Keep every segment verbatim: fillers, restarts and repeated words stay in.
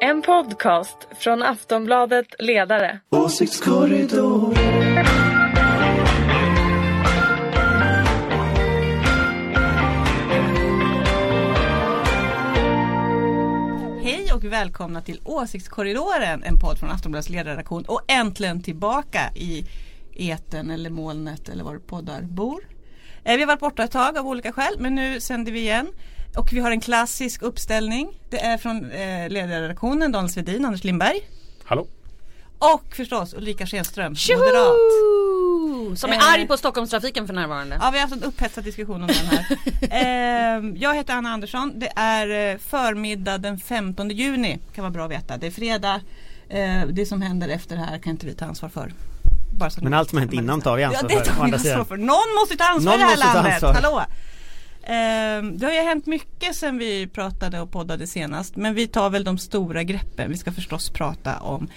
En podcast från Aftonbladet Ledare. Åsiktskorridor. Hej och välkomna till Åsiktskorridoren, en podd från Aftonbladets ledarredaktion. Och äntligen tillbaka i eten eller molnet eller var poddar bor. Vi har varit borta ett tag av olika skäl, men nu sänder vi igen. Och vi har en klassisk uppställning. Det är från eh, ledarredaktionen Daniel Svedin, Anders Lindberg. Hallå. Och förstås Ulrika Schenström, Tjoho! moderat. Som är eh, arg på Stockholmstrafiken för närvarande. Ja, vi har haft en upphetsad diskussion om den här. eh, jag heter Anna Andersson. Det är förmiddag den femtonde juni. Kan vara bra att veta. Det är fredag. Eh, det som händer efter det här kan inte vi ta ansvar för. Bara så Men allt som hänt innan tar vi ansvar ja, det tar för. vi ansvar för. Någon måste ta ansvar Någon i det här landet. Ansvar. Hallå. Eh, det har ju hänt mycket sen vi pratade och poddade senast. Men vi tar väl de stora greppen. Vi ska förstås prata om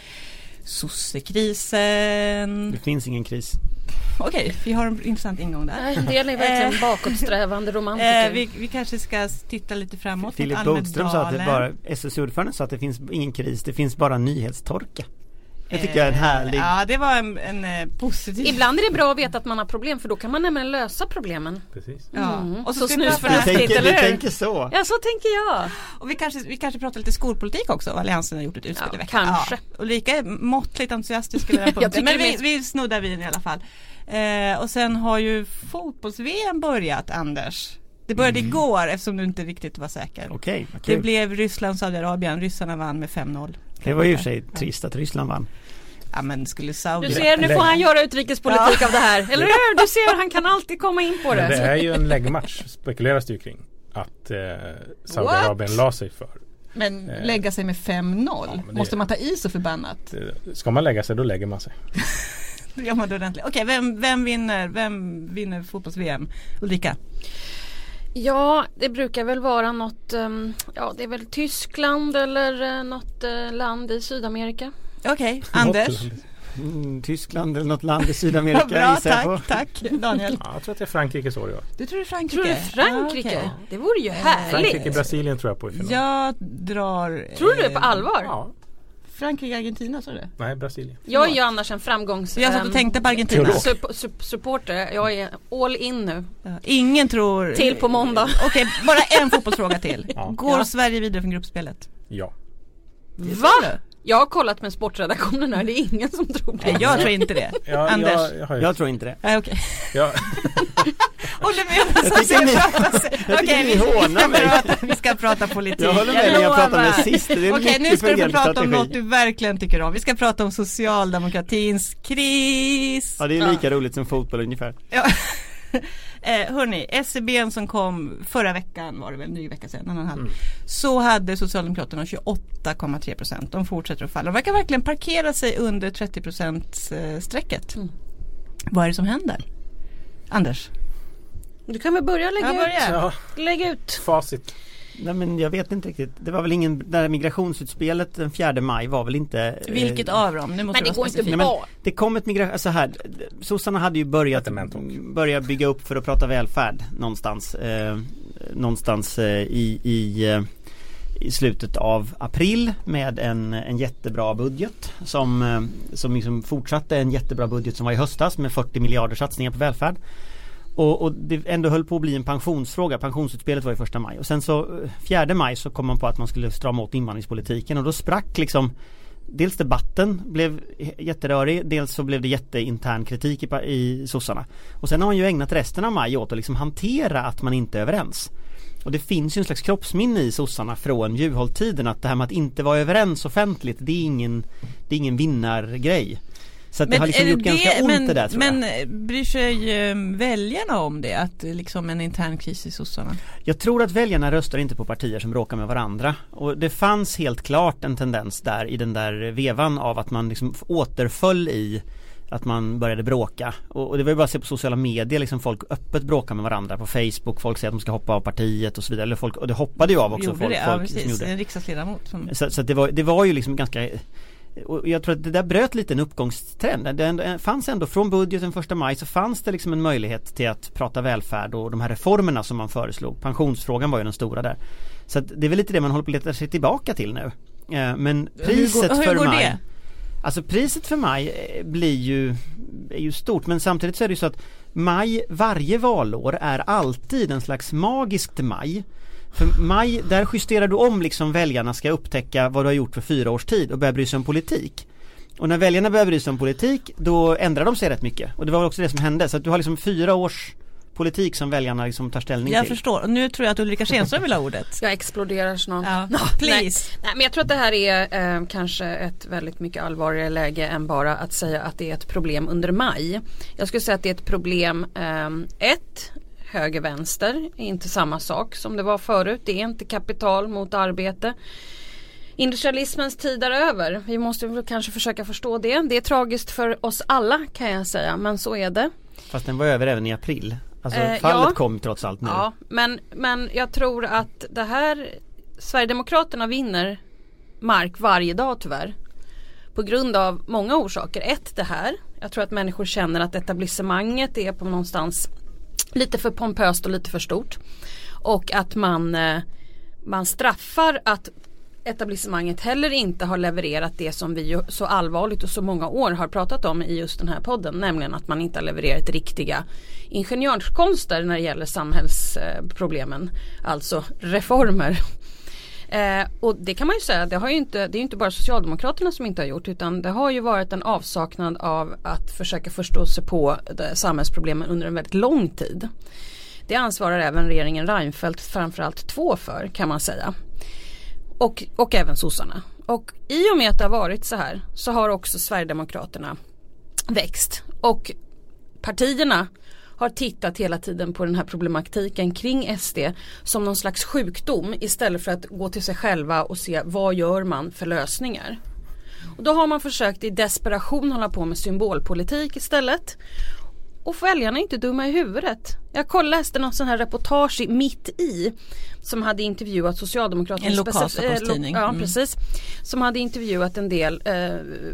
sossekrisen. Det finns ingen kris. Okej, okay, vi har en intressant ingång där. Nej, det är verkligen Eh, bakåtsträvande romantiker. Eh, vi, vi kanske ska titta lite framåt. Filip Bodström sa att det bara, S S U-ordföranden sa att det finns ingen kris, det finns bara nyhetstorka. Det tycker jag är en härlig... Ja, det var en, en, en positiv... Ibland är det bra att veta att man har problem, för då kan man nämligen lösa problemen. Precis. Ja. Mm. Och så, så ska vi snus prata- för Du tänker, eller du hur? tänker så. Ja, så tänker jag. Och vi kanske, vi kanske pratar lite skolpolitik också. Alliansen har gjort ett utspel Ja, i veckan. kanske. Ja. Och lika är måttligt entusiastisk över den Jag punkten. tycker Men vi, det vi snuddar vid den i alla fall. Eh, och sen har ju fotbolls-V M börjat, Anders. Det började Mm. igår eftersom du inte riktigt var säker. Okej, Det okej. blev Ryssland-Saudiarabien. Ryssarna vann med fem noll. Det var ju för sig trist att Ryssland vann. Ja, men skulle Du Saudi... ser, nu får han göra utrikespolitik Ja. av det här. Eller hur? Du ser, han kan alltid komma in på Men det det. är ju en läggmatch, spekuleras det ju kring. Att eh, Saudiarabien la sig för. Men Eh. lägga sig med fem noll. Ja, men det- Måste man ta i så förbannat? Eh, Ska man lägga sig, då lägger man sig. Då gör man det ordentligt. Okej, vem, vem vinner? Vem vinner fotbolls-V M? Ulrika? Ja, det brukar väl vara något, um, ja det är väl Tyskland eller uh, något uh, land i Sydamerika. Okej, Anders? Mm, Tyskland eller något land i Sydamerika. Bra, gissar jag tack, på. tack. Daniel? Ja, jag tror att det är Frankrikes år i år. Du tror det är Frankrike? Tror du Frankrike? Ja, okej. Det vore ju härligt. Frankrike, Brasilien tror jag på i final. Jag drar... Tror du eh, på allvar? Ja, Frankrike, Argentina, så det? nej, Brasilien. Jag är ju annars en framgångs... Så jag satt och ehm, tänkte på Argentina. Teolog. sup- sup- supporter. Jag är all in nu. Ja, ingen tror... Till på måndag. Okej, bara en fotbollsfråga till. Ja. Går Ja. Sverige vidare från gruppspelet? Ja. Va? Jag har kollat med sportredaktionen här. Det är ingen som tror det. Nej, jag tror inte det. Ja, Anders? Jag, jag, har ju- Jag tror inte det. Nej, okej. jag, Håller med oss. Jag tycker ni, jag tycker ni hånar mig. Prata, vi ska prata politik. Jag håller med när jag pratar med sist. Det är en Okej, nu mycket ska du få fungerande prata om strategi. något du verkligen tycker om. Vi ska prata om socialdemokratins kris. Ja, det är lika roligt som fotboll ungefär. Ja. eh, hörni, S C B som kom förra veckan, var det väl en ny vecka sedan, en och en halv, Mm. så hade Socialdemokraterna tjugoåtta komma tre procent. De fortsätter att falla. De verkar verkligen parkera sig under trettio procent strecket. Mm. Vad är det som händer? Anders? Du kan väl börja lägga Jag börjar. ja, ut. Lägg ut. facit. Nej, men jag vet inte riktigt. Det var väl ingen, det här migrationsutspelet den fjärde maj var väl inte... eh, Vilket av dem? Nu måste Men det du går vara inte specifik. Nej, men bra. det kom ett migration, så här, sossarna hade ju börjat Dementok. börja bygga upp för att prata välfärd någonstans eh, någonstans eh, i, i, eh, i slutet av april med en, en jättebra budget som, eh, som liksom fortsatte en jättebra budget som var i höstas med fyrtio miljarder satsningar på välfärd. Och, och det ändå höll på att bli en pensionsfråga. Pensionsutspelet var i första maj. Och sen så fjärde maj så kom man på att man skulle strama åt invandringspolitiken. Och då sprack liksom dels debatten blev jätterörig. Dels så blev det jätteintern kritik i, i sossarna. Och sen har man ju ägnat resten av maj åt att liksom hantera att man inte är överens. Och det finns ju en slags kroppsminne i sossarna från Juholt-tiden att det här med att inte vara överens offentligt, det är ingen, det är ingen vinnargrej. Så att det har liksom är gjort ganska ont men, det där, tror men jag. bryr sig eh, väljarna om det? Att eh, liksom en intern kris i sossarna? Jag tror att väljarna röstar inte på partier som bråkar med varandra. Och det fanns helt klart en tendens där i den där vevan av att man liksom återföll i att man började bråka. Och, och det var ju bara att se på sociala medier, liksom folk öppet bråkar med varandra på Facebook. Folk säger att de ska hoppa av partiet och så vidare. Eller folk, och det hoppade ju av också. Gjorde folk, det, ja, folk som precis. gjorde. En riksdagsledamot som... Så, så att det, var, det var ju liksom ganska... Och jag tror att det där bröt lite en uppgångstrend. Det ändå, fanns ändå från budgeten första maj så fanns det liksom en möjlighet till att prata välfärd och de här reformerna som man föreslog. Pensionsfrågan var ju den stora där. Så att det är väl lite det man håller på att leta sig tillbaka till nu. Eh, men priset hur går, hur för går maj... det? Alltså priset för maj blir ju, är ju stort, men samtidigt så är det ju så att maj, varje valår är alltid en slags magiskt maj. För maj, där justerar du om liksom väljarna ska upptäcka vad du har gjort för fyra års tid och börja bry sig om politik. Och när väljarna börjar bry sig om politik, då ändrar de sig rätt mycket. Och det var också det som hände. Så att du har liksom fyra års politik som väljarna liksom tar ställning jag till. Jag förstår. Och nu tror jag att Ulrika Schenström vill ha ordet. Jag exploderar snart. Ja. No, please. Nej. Nej, men jag tror att det här är eh, kanske ett väldigt mycket allvarligare läge än bara att säga att det är ett problem under maj. Jag skulle säga att det är ett problem eh, ett, höger-vänster är inte samma sak som det var förut. Det är inte kapital mot arbete. Industrialismens tid är över. Vi måste kanske försöka förstå det. Det är tragiskt för oss alla kan jag säga, men så är det. Fast den var över även i april. Alltså eh, fallet ja. kom trots allt nu. Ja, men, men jag tror att det här Sverigedemokraterna vinner mark varje dag tyvärr. På grund av många orsaker. Ett, det här. Jag tror att människor känner att etablissemanget är på någonstans lite för pompöst och lite för stort. Och att man, man straffar att etablissemanget heller inte har levererat det som vi så allvarligt och så många år har pratat om i just den här podden, nämligen att man inte har levererat riktiga ingenjörskonster när det gäller samhällsproblemen, alltså reformer. Eh, och det kan man ju säga, det, har ju inte, det är ju inte bara Socialdemokraterna som inte har gjort, utan det har ju varit en avsaknad av att försöka förstå sig på samhällsproblemen under en väldigt lång tid. Det ansvarar även regeringen Reinfeldt framförallt två för, kan man säga. Och, och även sossarna. Och i och med att det har varit så här så har också Sverigedemokraterna växt. Och partierna har tittat hela tiden på den här problematiken kring S D som någon slags sjukdom istället för att gå till sig själva och se vad gör man för lösningar. Och då har man försökt i desperation hålla på med symbolpolitik istället. Och väljarna är inte dumma i huvudet. Jag läste någon sån här reportage mitt i som hade intervjuat Socialdemokraterna. En lokal Stockholmstidning. Eh, lo- ja, mm. precis. Som hade intervjuat en del eh,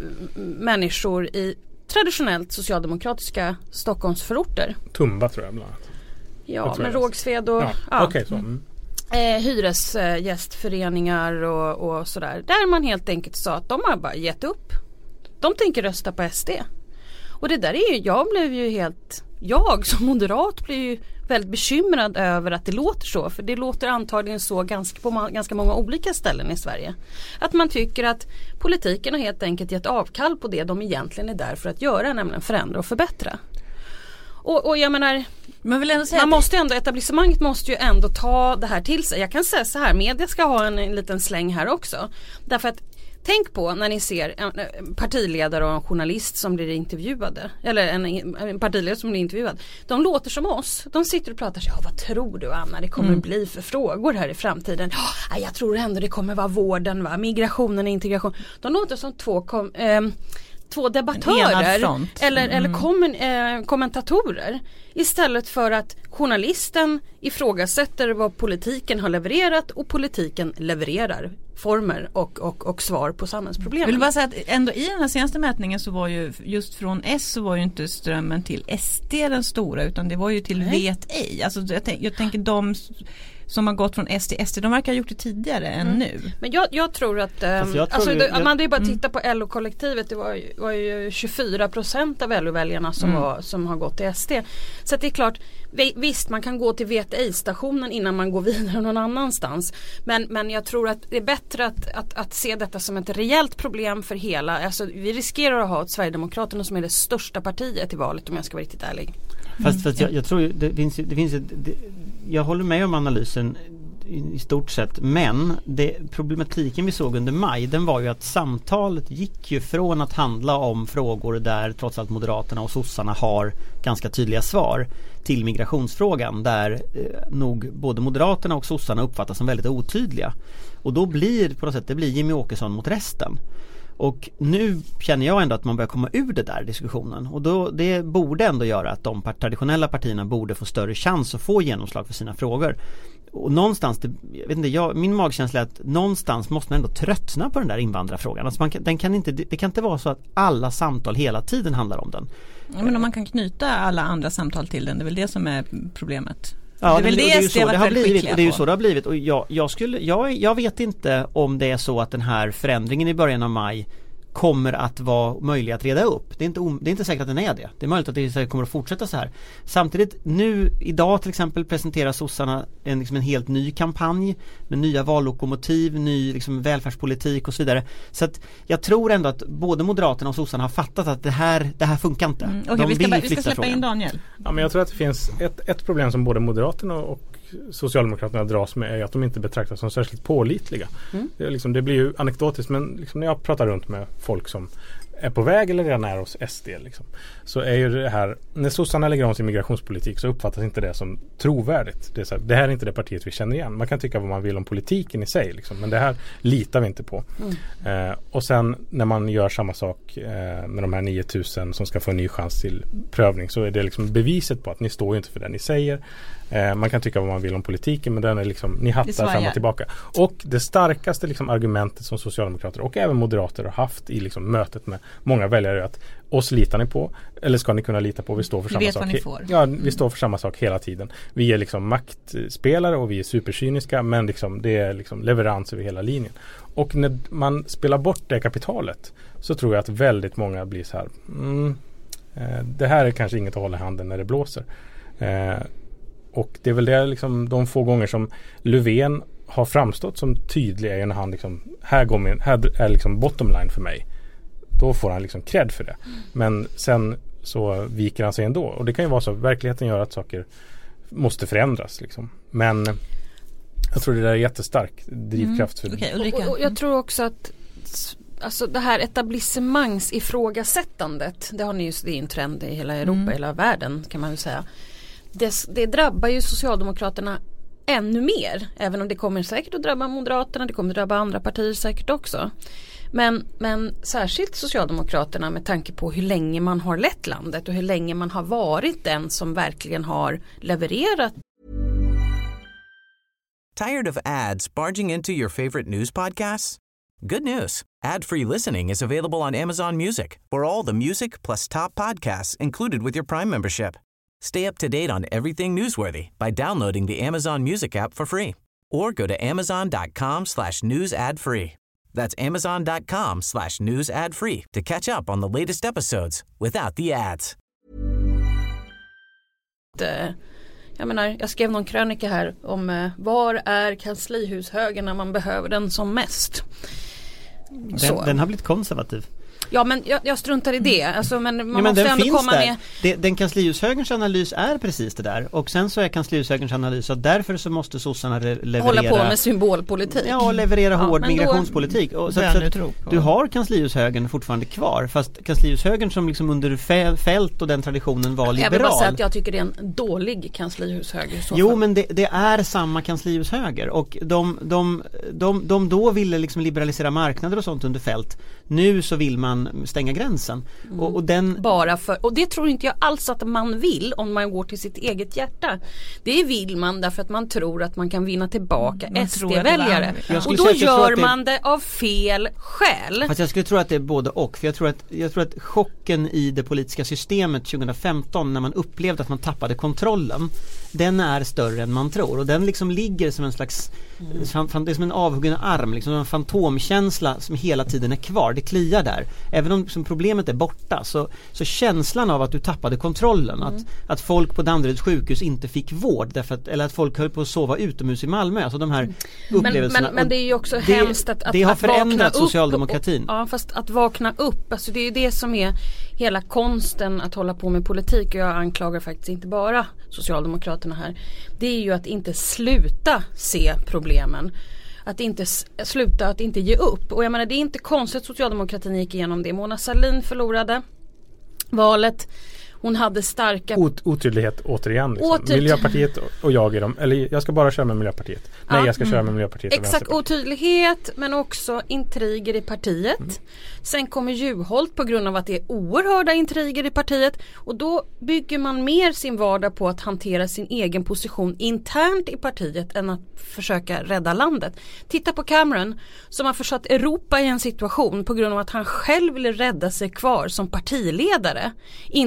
människor i traditionellt socialdemokratiska Stockholmsförorter. Tumba tror jag bland annat. Ja, med Rågsved och ja, ja. Okay, så. Mm. eh, hyresgästföreningar och, och sådär. Där man helt enkelt sa att de har bara gett upp. De tänker rösta på S D. Och det där är ju, jag blev ju helt, jag som moderat blir ju väldigt bekymrad över att det låter så. För det låter antagligen så ganska, på ganska många olika ställen i Sverige. Att man tycker att politiken har helt enkelt gett avkall på det de egentligen är där för att göra, nämligen förändra och förbättra. Och, och jag menar, man, vill ändå säga man måste ändå, etablissemanget måste ju ändå ta det här till sig. Jag kan säga så här, media ska ha en, en liten släng här också. Därför att tänk på när ni ser en partiledare och en journalist som blir intervjuade. Eller en, en partiledare som blir intervjuad. De låter som oss. De sitter och pratar. Ja, vad tror du Anna det kommer mm. bli för frågor här i framtiden? Ja, jag tror ändå det kommer vara vården, va? Migrationen och integration. De låter som två kom, eh, två debattörer eller, mm. eller kommen, eh, kommentatorer. Istället för att journalisten ifrågasätter vad politiken har levererat och politiken levererar former och, och, och svar på samhällsproblem. Jag vill bara säga att ändå i den här senaste mätningen så var ju just från S så var ju inte strömmen till S D den stora, utan det var ju till Nej. vet ej. Alltså jag, tänk, jag tänker de som har gått från S till S D, de verkar ha gjort det tidigare än mm. nu. Men jag, jag tror att um, jag tror alltså, ju, det, jag, man hade ju bara titta på L O-kollektivet, det var ju, var ju tjugofyra procent av L O-väljarna som, mm. var, som har gått till S D. Så att det är klart, visst man kan gå till vet ej-stationen innan man går vidare någon annanstans. Men, men jag tror att det är bättre att, att, att se detta som ett rejält problem för hela. Alltså, vi riskerar att ha ett Sverigedemokraterna som är det största partiet i valet, om jag ska vara riktigt ärlig. Fast, fast jag, jag tror ju, det finns, det finns ett, det, jag håller med om analysen i, i stort sett, men det, problematiken vi såg under maj, den var ju att samtalet gick ju från att handla om frågor där trots allt Moderaterna och sossarna har ganska tydliga svar till migrationsfrågan där eh, nog både Moderaterna och sossarna uppfattas som väldigt otydliga. Och då blir på något sätt, det blir Jimmy Åkesson mot resten. Och nu känner jag ändå att man börjar komma ur det där diskussionen. Och då, det borde ändå göra att de traditionella partierna borde få större chans att få genomslag för sina frågor. Och någonstans, det, jag vet inte, jag, min magkänsla är att någonstans måste man ändå tröttna på den där invandrarfrågan. Alltså man kan, den kan inte, det kan inte vara så att alla samtal hela tiden handlar om den. Ja, men om man kan knyta alla andra samtal till den, det är väl det som är problemet. Ja, det är väl det, det, är ju S D så det har blivit. Och det är ju på. så det har blivit. Och jag, jag, skulle, jag, jag vet inte om det är så att den här förändringen i början av maj kommer att vara möjlig att reda upp. Det är inte, om, det är inte säkert att den är det. Det är möjligt att det kommer att fortsätta så här. Samtidigt nu, idag till exempel presenterar sossarna en, liksom en helt ny kampanj med nya vallokomotiv, ny liksom välfärdspolitik och så vidare. Så att jag tror ändå att både Moderaterna och sossarna har fattat att det här, det här funkar inte. Mm, okay, De vi, ska, vill vi ska släppa frågan. in Daniel. Ja, men jag tror att det finns ett, ett problem som både Moderaterna och Socialdemokraterna dras med är att de inte betraktas som särskilt pålitliga. Mm. Det, är liksom, det blir ju anekdotiskt, men liksom när jag pratar runt med folk som är på väg eller redan är hos S D liksom, så är ju det här, när sossarna lägger om sin migrationspolitik så uppfattas inte det som trovärdigt. Det, är så här, det här är inte det partiet vi känner igen. Man kan tycka vad man vill om politiken i sig liksom, men det här litar vi inte på. Mm. Eh, och sen när man gör samma sak eh, med de här nio tusen som ska få en ny chans till prövning, så är det liksom beviset på att ni står inte för det ni säger. Eh, man kan tycka vad man vill om politiken, men den är liksom, ni hattar fram och tillbaka. Och det starkaste liksom argumentet som socialdemokrater och även moderater har haft i liksom mötet med många väljare är att oss litar ni på, eller ska ni kunna lita på, vi står för vi samma vet sak. Vad ni får. Ja, Mm. vi står för samma sak hela tiden. Vi är liksom maktspelare och vi är supercyniska, men liksom det är liksom leverans över hela linjen. Och när man spelar bort det kapitalet så tror jag att väldigt många blir så här mm, eh, det här är kanske inget att hålla i handen när det blåser. Eh, och det är väl det liksom, de få gånger som Löfven har framstått som tydlig är ju när han liksom, här, går min, här är liksom bottom line för mig. Då får han liksom cred för det. Mm. Men sen så viker han sig ändå. Och det kan ju vara så, verkligheten gör att saker måste förändras liksom. Men jag tror det där är jättestark drivkraft. Mm. För okay, och, och jag tror också att alltså det här etablissemangs-ifrågasättandet, det har ni just, det är en trend i hela Europa, mm. hela världen kan man ju säga. Det, det drabbar ju Socialdemokraterna ännu mer, även om det kommer säkert att drabba Moderaterna, det kommer att drabba andra partier säkert också. Men, men särskilt Socialdemokraterna med tanke på hur länge man har lett landet och hur länge man har varit den som verkligen har levererat. Tired of ads barging into your favorite news podcasts? Good news. Ad-free listening is available on Amazon Music for all the music plus top podcasts included with your Prime membership. Stay up to date on everything newsworthy by downloading the Amazon Music app for free or go to amazon.com slash news ad free. That's amazon.com slash news ad free to catch up on the latest episodes without the ads. Jag menar, jag skrev någon krönika här om var är kanslihushögen när man behöver den som mest. Den, den har blivit konservativ. Ja, men jag, jag struntar i det. Alltså, men man ja, men måste den ändå finns komma där. med... Det, den kanslihushögerns analys är precis det där. Och sen så är kanslihushögerns analys att därför så måste sossarna re- leverera... Hålla på med symbolpolitik. Ja, och leverera ja, hård då... migrationspolitik. Och så, så att du har kanslihushögern fortfarande kvar. Fast kanslihushögern som liksom under fält och den traditionen var liberal. Jag vill bara säga att jag tycker det är en dålig kanslihushöger. Så jo, fall. men det, det är samma kanslihushöger. Och de, de, de, de då ville liksom liberalisera marknader och sånt under fält. Nu så vill man stänga gränsen. Mm. Och, och, den... Bara för, och det tror inte jag alls att man vill om man går till sitt eget hjärta. Det vill man därför att man tror att man kan vinna tillbaka man S D-väljare. Och då gör det... man det av fel skäl. Fast jag skulle tro att det är både och. För jag tror att, jag tror att chocken i det politiska systemet tjugohundrafemton när man upplevde att man tappade kontrollen, den är större än man tror. Och den liksom ligger som en slags mm. det är som en avhuggen arm, liksom en fantomkänsla som hela tiden är kvar. Det kliar där. Även om som problemet är borta så, så känslan av att du tappade kontrollen, mm. att, att folk på Danderyds sjukhus inte fick vård därför att, eller att folk höll på att sova utomhus i Malmö, alltså de här upplevelserna. Men, men, men det är ju också det, hemskt att, att det har att förändrat socialdemokratin. Och, ja, fast att vakna upp, alltså det är ju det som är hela konsten att hålla på med politik, och jag anklagar faktiskt inte bara Socialdemokraterna här. Det är ju att inte sluta se problemen. Att inte sluta, att inte ge upp. Och jag menar, det är inte konstigt att socialdemokratin gick igenom det. Mona Sahlin förlorade valet. Hon hade starka... Ot- otydlighet återigen. Liksom. Otyd... Miljöpartiet och jag är dem. Eller jag ska bara köra med Miljöpartiet. Nej, ja. jag ska köra med Miljöpartiet och Exakt, otydlighet men också intriger i partiet. Mm. Sen kommer Juholt på grund av att det är oerhörda intriger i partiet. Och då bygger man mer sin vardag på att hantera sin egen position internt i partiet än att försöka rädda landet. Titta på Cameron som har försatt Europa i en situation på grund av att han själv ville rädda sig kvar som partiledare. Inte på grund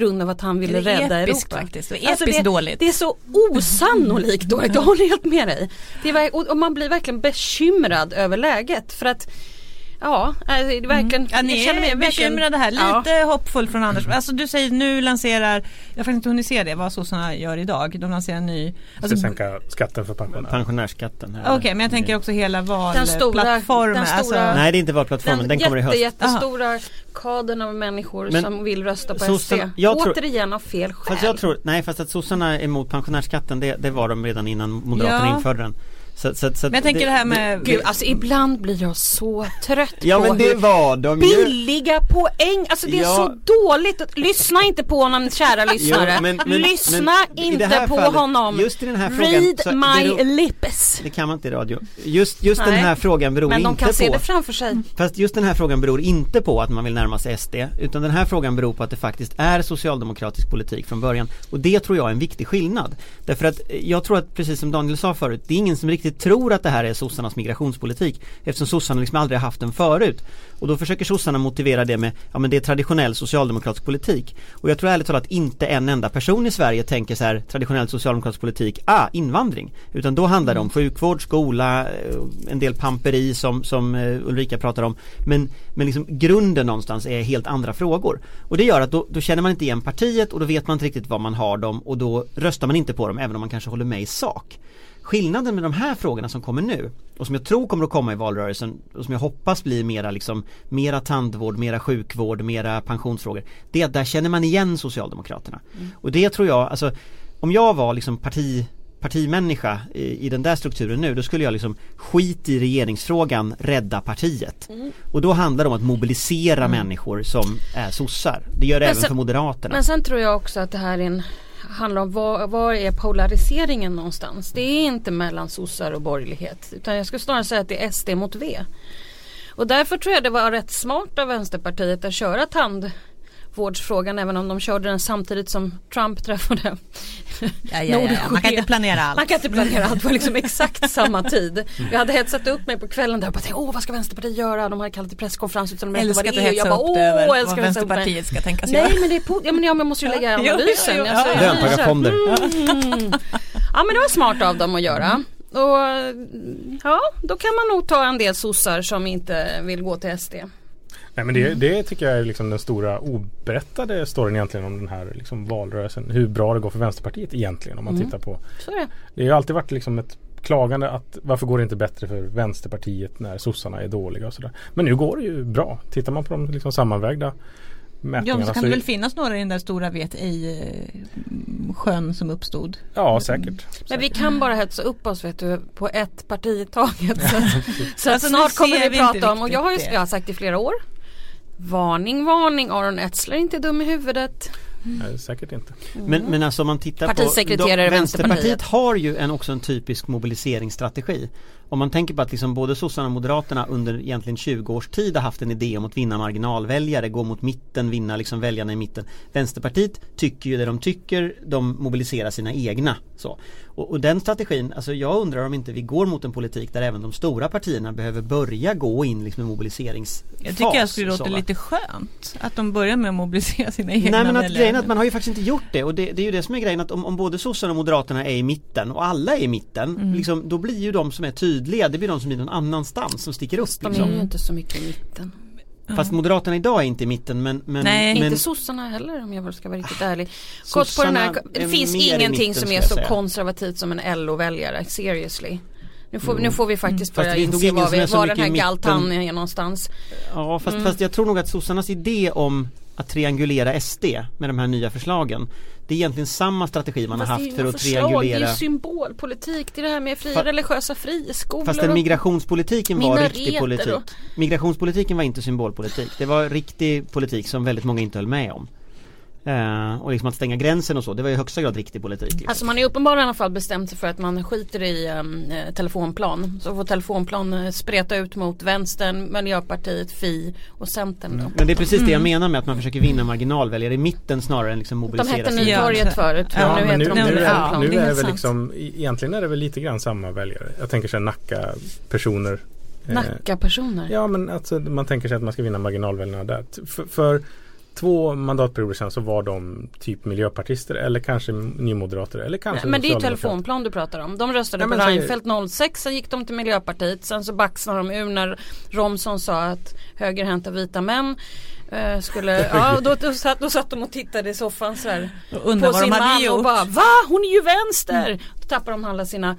grund av att han ville det är rädda episkt, Europa. Faktiskt. Det är alltså episkt det, dåligt. Det är så osannolikt dåligt. Jag håller helt med dig. Det är, och, och man blir verkligen bekymrad över läget. För att ja, det är verkligen mm. ja, ni är bekymrade här. Lite ja. hoppfull från Anders. Alltså du säger nu lanserar, jag får inte hunnit se det, vad sossarna gör idag. De lanserar en ny... Alltså, ska sänka skatten för pensionärer. Pensionärsskatten. Okej, okay, men jag tänker också hela valplattformen. Alltså, nej, det är inte valplattformen. Den, den kommer jätte, i höst. Jättestora kadern av människor men, som vill rösta på sossarna, S D. Återigen av fel skäl. Fast jag tror, nej, fast att sossarna är emot pensionärsskatten, det, det var de redan innan Moderaterna ja. införde den. Så, så, så men jag tänker det, det här med... Gud, alltså ibland blir jag så trött ja, på men det var de billiga ju. poäng. Alltså det är ja. så dåligt. Lyssna inte på honom, kära lyssnare. Jo, men, men, Lyssna men, inte på fallet, honom. Just i den här frågan, Read så, my det, lips. Det kan man inte i radio. Just, just den här frågan beror inte på... Men de kan se det framför sig. Fast just den här frågan beror inte på att man vill närma sig S D. Utan den här frågan beror på att det faktiskt är socialdemokratisk politik från början. Och det tror jag är en viktig skillnad. Därför att jag tror att, precis som Daniel sa förut, det är ingen som riktigt tror att det här är sossarnas migrationspolitik, eftersom sossarna liksom aldrig har haft den förut. Och då försöker sossarna motivera det med, ja men det är traditionell socialdemokratisk politik. Och jag tror ärligt talat att inte en enda person i Sverige tänker så här, traditionell socialdemokratisk politik, ah, invandring. Utan då handlar det om sjukvård, skola, en del pamperi som, som Ulrika pratar om. Men, men liksom grunden någonstans är helt andra frågor. Och det gör att då, då känner man inte igen partiet och då vet man inte riktigt vad man har dem och då röstar man inte på dem även om man kanske håller med i sak. Skillnaden med de här frågorna som kommer nu och som jag tror kommer att komma i valrörelsen och som jag hoppas blir mera, liksom, mera tandvård, mera sjukvård, mera pensionsfrågor, det är att där känner man igen Socialdemokraterna. Mm. Och det tror jag, alltså om jag var liksom parti, partimänniska i, i den där strukturen nu, då skulle jag liksom skit i regeringsfrågan, rädda partiet. Mm. Och då handlar det om att mobilisera mm. människor som är sossar. Det gör det men även sen, för Moderaterna. Men sen tror jag också att det här är en handlar om var, var är polariseringen någonstans. Det är inte mellan sossar och borgerlighet, utan jag skulle snarare säga att det är S D mot V. Och därför tror jag det var rätt smart av Vänsterpartiet att köra tandvårdsfrågan, även om de körde den samtidigt som Trump träffade ja, ja, ja, ja. Man kan inte planera allt. Man kan inte planera allt på liksom exakt samma tid. Jag hade hetsat upp mig på kvällen där och bara tänkte, åh vad ska Vänsterpartiet göra? De hade kallat till presskonferens utan de älskar vad det är. Jag bara, åh vad Vänsterpartiet ska tänka sig. Nej men det är på, ja men jag måste ju lägga analysen. Jo, jo, jo. Alltså, löntagarfonder. Mm. Ja men det var smart av dem att göra. Och ja, då kan man nog ta en del sossar som inte vill gå till S D. Nej, men det, det tycker jag är liksom den stora oberättade storyn egentligen om den här liksom valrörelsen. Hur bra det går för Vänsterpartiet egentligen om man mm. tittar på. Så är det. Det har ju alltid varit liksom ett klagande att varför går det inte bättre för Vänsterpartiet när sossarna är dåliga och sådär. Men nu går det ju bra. Tittar man på de liksom sammanvägda mätningarna. Ja, så kan så det väl finnas några i den där stora vet ej sjön som uppstod. Ja, säkert. Men säkert. vi kan bara hetsa upp oss vet du, på ett parti i taget. Så, så alltså, snart kommer vi prata om, och jag har ju jag har sagt i flera år, varning, varning, Aron Etzler är inte dum i huvudet. Mm. Nej, säkert inte. Mm. Men, men alltså om man tittar partisekreterare på de, Vänsterpartiet har ju en, också en typisk mobiliseringsstrategi. Om man tänker på att liksom både sossarna och Moderaterna under egentligen tjugo års tid har haft en idé om att vinna marginalväljare, gå mot mitten, vinna liksom väljarna i mitten. Vänsterpartiet tycker ju det de tycker, de mobiliserar sina egna. Så. Och, och den strategin, alltså jag undrar om inte vi går mot en politik där även de stora partierna behöver börja gå in liksom i mobiliseringsfas. Jag tycker jag skulle låta lite skönt att de börjar med att mobilisera sina egna. Nej men att grejen är att man har ju faktiskt inte gjort det, och det, det är ju det som är grejen, att om, om både sossarna och Moderaterna är i mitten och alla är i mitten, mm. liksom, då blir ju de som är tydliga, det blir de som är någon annanstans som sticker upp. De liksom. är ju inte så mycket i mitten. Fast Moderaterna idag är inte i mitten, men, men, Nej, men inte sossarna heller om jag ska vara riktigt ärlig. Kort på den här, det finns ingenting mitten, som är så säga. konservativt som en L O-väljare, seriously. Nu får, mm. nu får vi faktiskt börja mm. inse var, vi, var den här galtan är någonstans. Ja, fast, mm. fast jag tror nog att sossarnas idé om att triangulera S D med de här nya förslagen, det är egentligen samma strategi man fast har haft för att förslag, triangulera. Det är ju symbolpolitik, det är det här med fria Fa- religiösa friskolor. Fast den migrationspolitiken var riktig politik. Och... Migrationspolitiken var inte symbolpolitik. Det var riktig politik som väldigt många inte höll med om. Uh, och liksom att stänga gränsen och så, det var i högsta grad riktig politik liksom. Alltså man är uppenbarligen i alla fall bestämt sig för att man skiter i um, telefonplan. Så får telefonplan uh, spreta ut mot vänstern, Miljöpartiet, F I och Centern då. Men det är precis det jag menar med att man försöker vinna marginalväljare i mitten snarare än liksom mobilisera. De hette Nytorget förut. Ja, nu men heter nu, de nu, ja, är, nu det är är det väl sant. liksom, egentligen är det väl lite grann samma väljare. Jag tänker sig Nacka personer. Nacka personer? Eh, ja, men alltså, man tänker sig att man ska vinna marginalväljarna där. För, för två mandatperioder sedan så var de typ miljöpartister eller kanske nymoderater eller kanske Nej, men det är ju telefonplan du pratar om. De röstade ja, på Reinfeldt noll sex, sen gick de till Miljöpartiet, sen så baxnade de ur när Romson sa att högerhänta vita män uh, skulle, ja då, då, satt, då satt de och tittade i soffan så här, på sin man gjort. Och bara, va? Hon är ju vänster! Mm. Då tappar de alla sina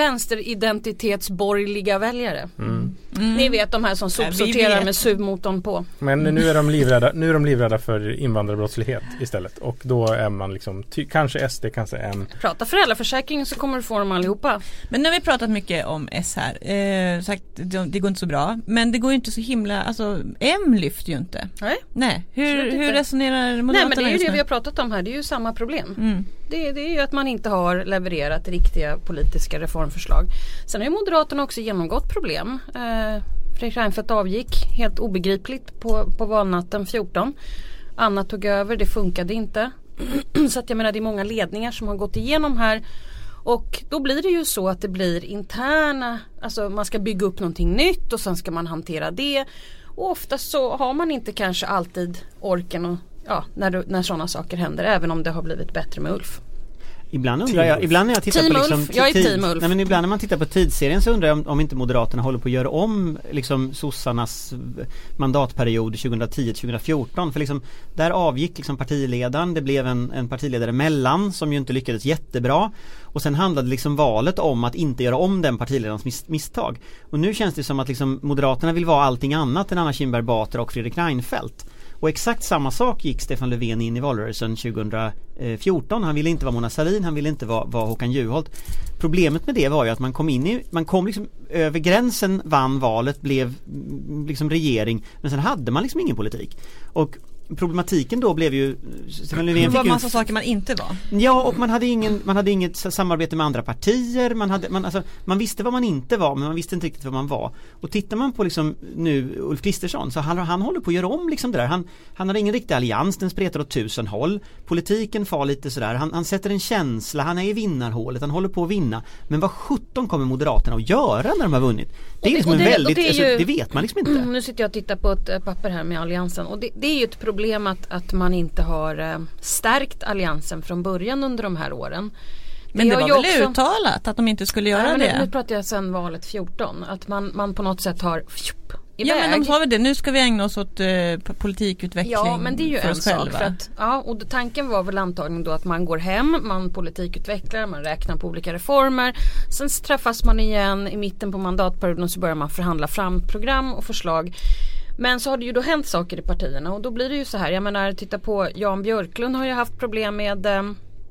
vänsteridentitetsborgerliga väljare. Mm. Mm. Ni vet de här som sopsorterar med suvmotorn på. Men nu är de livrädda, nu är de livrädda för invandrarbrottslighet istället. Och då är man liksom, ty, kanske S D, kanske M. Prata föräldraförsäkringen så kommer du få dem allihopa. Men nu har vi pratat mycket om S här. Eh, sagt, det, det går inte så bra. Men det går ju inte så himla, alltså M lyfter ju inte. Nej. Nej. Hur, hur resonerar Moderaterna? Nej, men det är ju det vi har pratat om här. Det är ju samma problem. Mm. Det, det är ju att man inte har levererat riktiga politiska reformförslag. Sen har ju Moderaterna också genomgått problem. Eh, Fredrik Reinfeldt avgick helt obegripligt på, på valnatten fjorton. Anna tog över, det funkade inte. Så att jag menar det är många ledningar som har gått igenom här. Och då blir det ju så att det blir interna, alltså man ska bygga upp någonting nytt och sen ska man hantera det. Och oftast så har man inte kanske alltid orken och ja, när, när sådana saker händer, även om det har blivit bättre med Ulf. Ibland undrar jag, ibland när jag tittar team på liksom Ulf. Jag är tid, team Ulf. Nej, men ibland när man tittar på tidsserien så undrar jag om, om inte Moderaterna håller på att göra om liksom sossarnas mandatperiod tjugohundratio till tjugohundrafjorton, för liksom där avgick liksom partiledaren, det blev en, en partiledare mellan som ju inte lyckades jättebra, och sen handlade liksom valet om att inte göra om den partiledarens mis- misstag. Och nu känns det som att liksom Moderaterna vill vara allting annat än Anna Kinberg Batra och Fredrik Reinfeldt. Och exakt samma sak gick Stefan Löfven in i valrörelsen tjugohundrafjorton. Han ville inte vara Mona Sahlin, han ville inte vara, vara Håkan Juholt. Problemet med det var ju att man kom in i, man kom liksom över gränsen, vann valet, blev liksom regering, men sen hade man liksom ingen politik. Och problematiken då blev ju Stefan Löfven det var en massa ju, saker man inte var. Ja, och man hade ingen man hade inget samarbete med andra partier, man hade man alltså man visste vad man inte var, men man visste inte riktigt vad man var. Och tittar man på liksom nu Ulf Kristersson, så han han håller på att göra om liksom det där. Han han har ingen riktig allians, den spretar åt tusen håll. Politiken far lite så där. Han han sätter en känsla, han är i vinnarhålet, han håller på att vinna. Men vad sjutton kommer Moderaterna att göra när de har vunnit? Det är liksom det, en väldigt det, alltså, ju, det vet man liksom inte. Mm, nu sitter jag och tittar på ett papper här med alliansen, och det, det är ju ett problem problem att, att man inte har eh, stärkt alliansen från början under de här åren. Men det, det var väl också uttalat att de inte skulle göra nej, det? Nu pratar jag sedan valet fjorton. Att man, man på något sätt har fjup, ja, men de sa väl det. Nu ska vi ägna oss åt eh, politikutveckling. Ja, men det är ju för en oss sak. själva. För att, ja, och tanken var väl antagligen då att man går hem, man politikutvecklar, man räknar på olika reformer. Sen träffas man igen i mitten på mandatperioden och så börjar man förhandla fram program och förslag. Men så har det ju då hänt saker i partierna, och då blir det ju så här, jag menar, titta på Jan Björklund har ju haft problem med eh,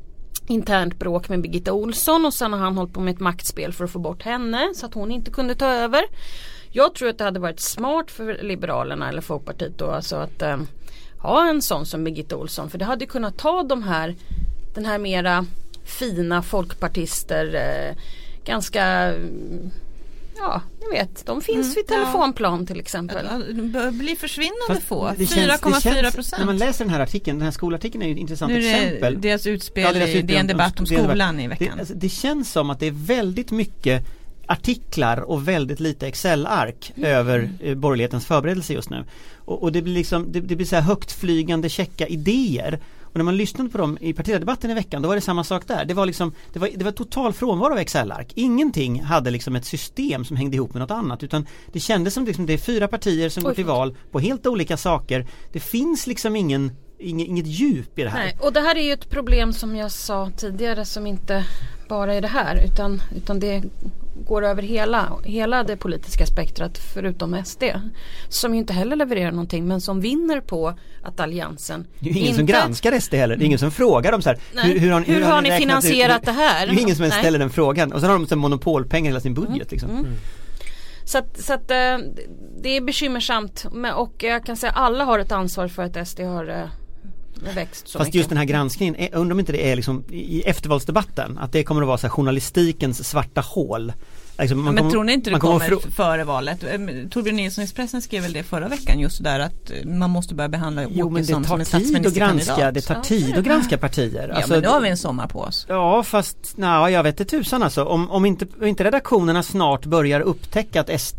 internt bråk med Birgitta Olsson, och sen har han hållit på med ett maktspel för att få bort henne så att hon inte kunde ta över. Jag tror att det hade varit smart för Liberalerna eller Folkpartiet då, alltså att eh, ha en sån som Birgitta Olsson, för det hade kunnat ta de här, den här mera fina folkpartister eh, ganska... Ja, jag vet. De finns mm, vid telefonplan till exempel. Det blir försvinnande fast få. fyra komma fyra procent. När man läser den här artikeln, den här skolartikeln är ju ett intressant nu är det exempel. Deras utspel, ja, deras utspel det är en debatt om skolan i veckan. Det, alltså, det känns som att det är väldigt mycket artiklar och väldigt lite Excel-ark mm. över eh, borgerlighetens förberedelse just nu. Och, och det blir liksom, det, det blir så här högtflygande checka idéer. Och när man lyssnade på dem i partiledardebatten i veckan, då var det samma sak där. Det var liksom, det var, det var total frånvaro av Excel-ark. Ingenting hade liksom ett system som hängde ihop med något annat, utan det kändes som liksom det är fyra partier som Oj, går till val på helt olika saker. Det finns liksom ingen Inget, inget djup i det här. Nej, och det här är ju ett problem som jag sa tidigare, som inte bara är det här, utan, utan det går över hela, hela det politiska spektrat förutom S D, som ju inte heller levererar någonting, men som vinner på att alliansen det är ingen inte... som granskar S D heller. Det är ingen som frågar dem så här, hur, hur, har, hur, hur har ni finansierat ut? Det här? Det är ingen som ens ställer den frågan. Och sen har de så monopolpengar i hela sin budget mm. liksom. Mm. Så att, så att det är bekymmersamt, och jag kan säga att alla har ett ansvar för att S D har växt så Fast mycket. Just den här granskningen, undrar om inte det är liksom i eftervalsdebatten, att det kommer att vara så här journalistikens svarta hål. Liksom man men kommer, tror ni inte det kommer, kommer fr- före valet? Torbjörn Nilsson i Expressen skrev väl det förra veckan, just där att man måste börja behandla Åkesson som en statsministerkandidat. Det tar tid ja. att granska partier. Ja, alltså, men då har vi en sommar på oss. Ja, fast nej, jag vet inte tusan alltså. Om, om inte, inte redaktionerna snart börjar upptäcka att S D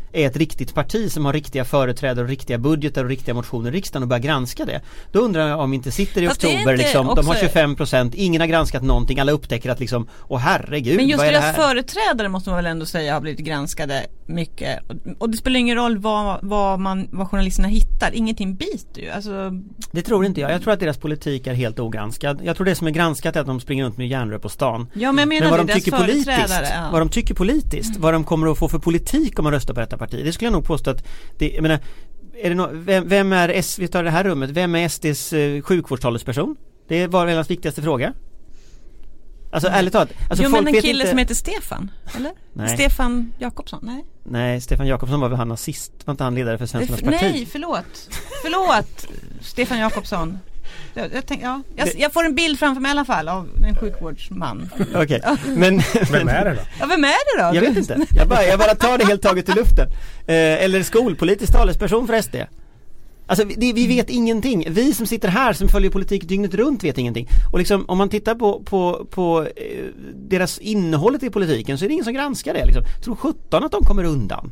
är ett riktigt parti som har riktiga företrädare och riktiga budgetar och riktiga motioner i riksdagen och börjar granska det. Då undrar jag om inte sitter i Fast oktober liksom, också... de har tjugofem procent, ingen har granskat någonting, alla upptäcker att liksom, åh herregud, men just vad är det deras här? företrädare måste man väl ändå säga har blivit granskade mycket. Och, och det spelar ingen roll vad, vad, man, vad journalisterna hittar, ingenting biter ju. Alltså... Det tror inte jag. Jag tror att deras politik är helt ogranskad. Jag tror det som är granskat är att de springer runt med järnrör på stan. Ja, men jag menar men vad det, de tycker politiskt, ja. vad de tycker politiskt, mm. vad de kommer att få för politik om man röstar på detta parti. Det skulle jag nog påstå att det, jag menar, är det no, vem, vem är S, vi tar det här rummet, vem är S D:s eh, sjukvårdstalesperson? Det var väl hans viktigaste fråga. Alltså ärligt talat, alltså jo, folk men en vet kille inte... som heter Stefan, eller? Nej. Stefan Jakobsson, nej. Nej, Stefan Jakobsson var väl han nazist, var inte han ledare för Svenskarnas F- parti? Nej, förlåt. Förlåt, Stefan Jakobsson. Jag, jag, tänk, ja. jag, jag får en bild framför mig i alla fall av en sjukvårdsman. Okej, okay. men... Vem är det då? Ja, vem är det då? Jag vet inte, jag bara, jag bara tar det helt taget i luften. Eh, eller skolpolitisk talesperson för S D. Alltså det, vi vet ingenting. Vi som sitter här som följer politik dygnet runt vet ingenting. Och liksom om man tittar på, på, på eh, deras innehållet i politiken så är det ingen som granskar det. Liksom. Tror sjutton att de kommer undan.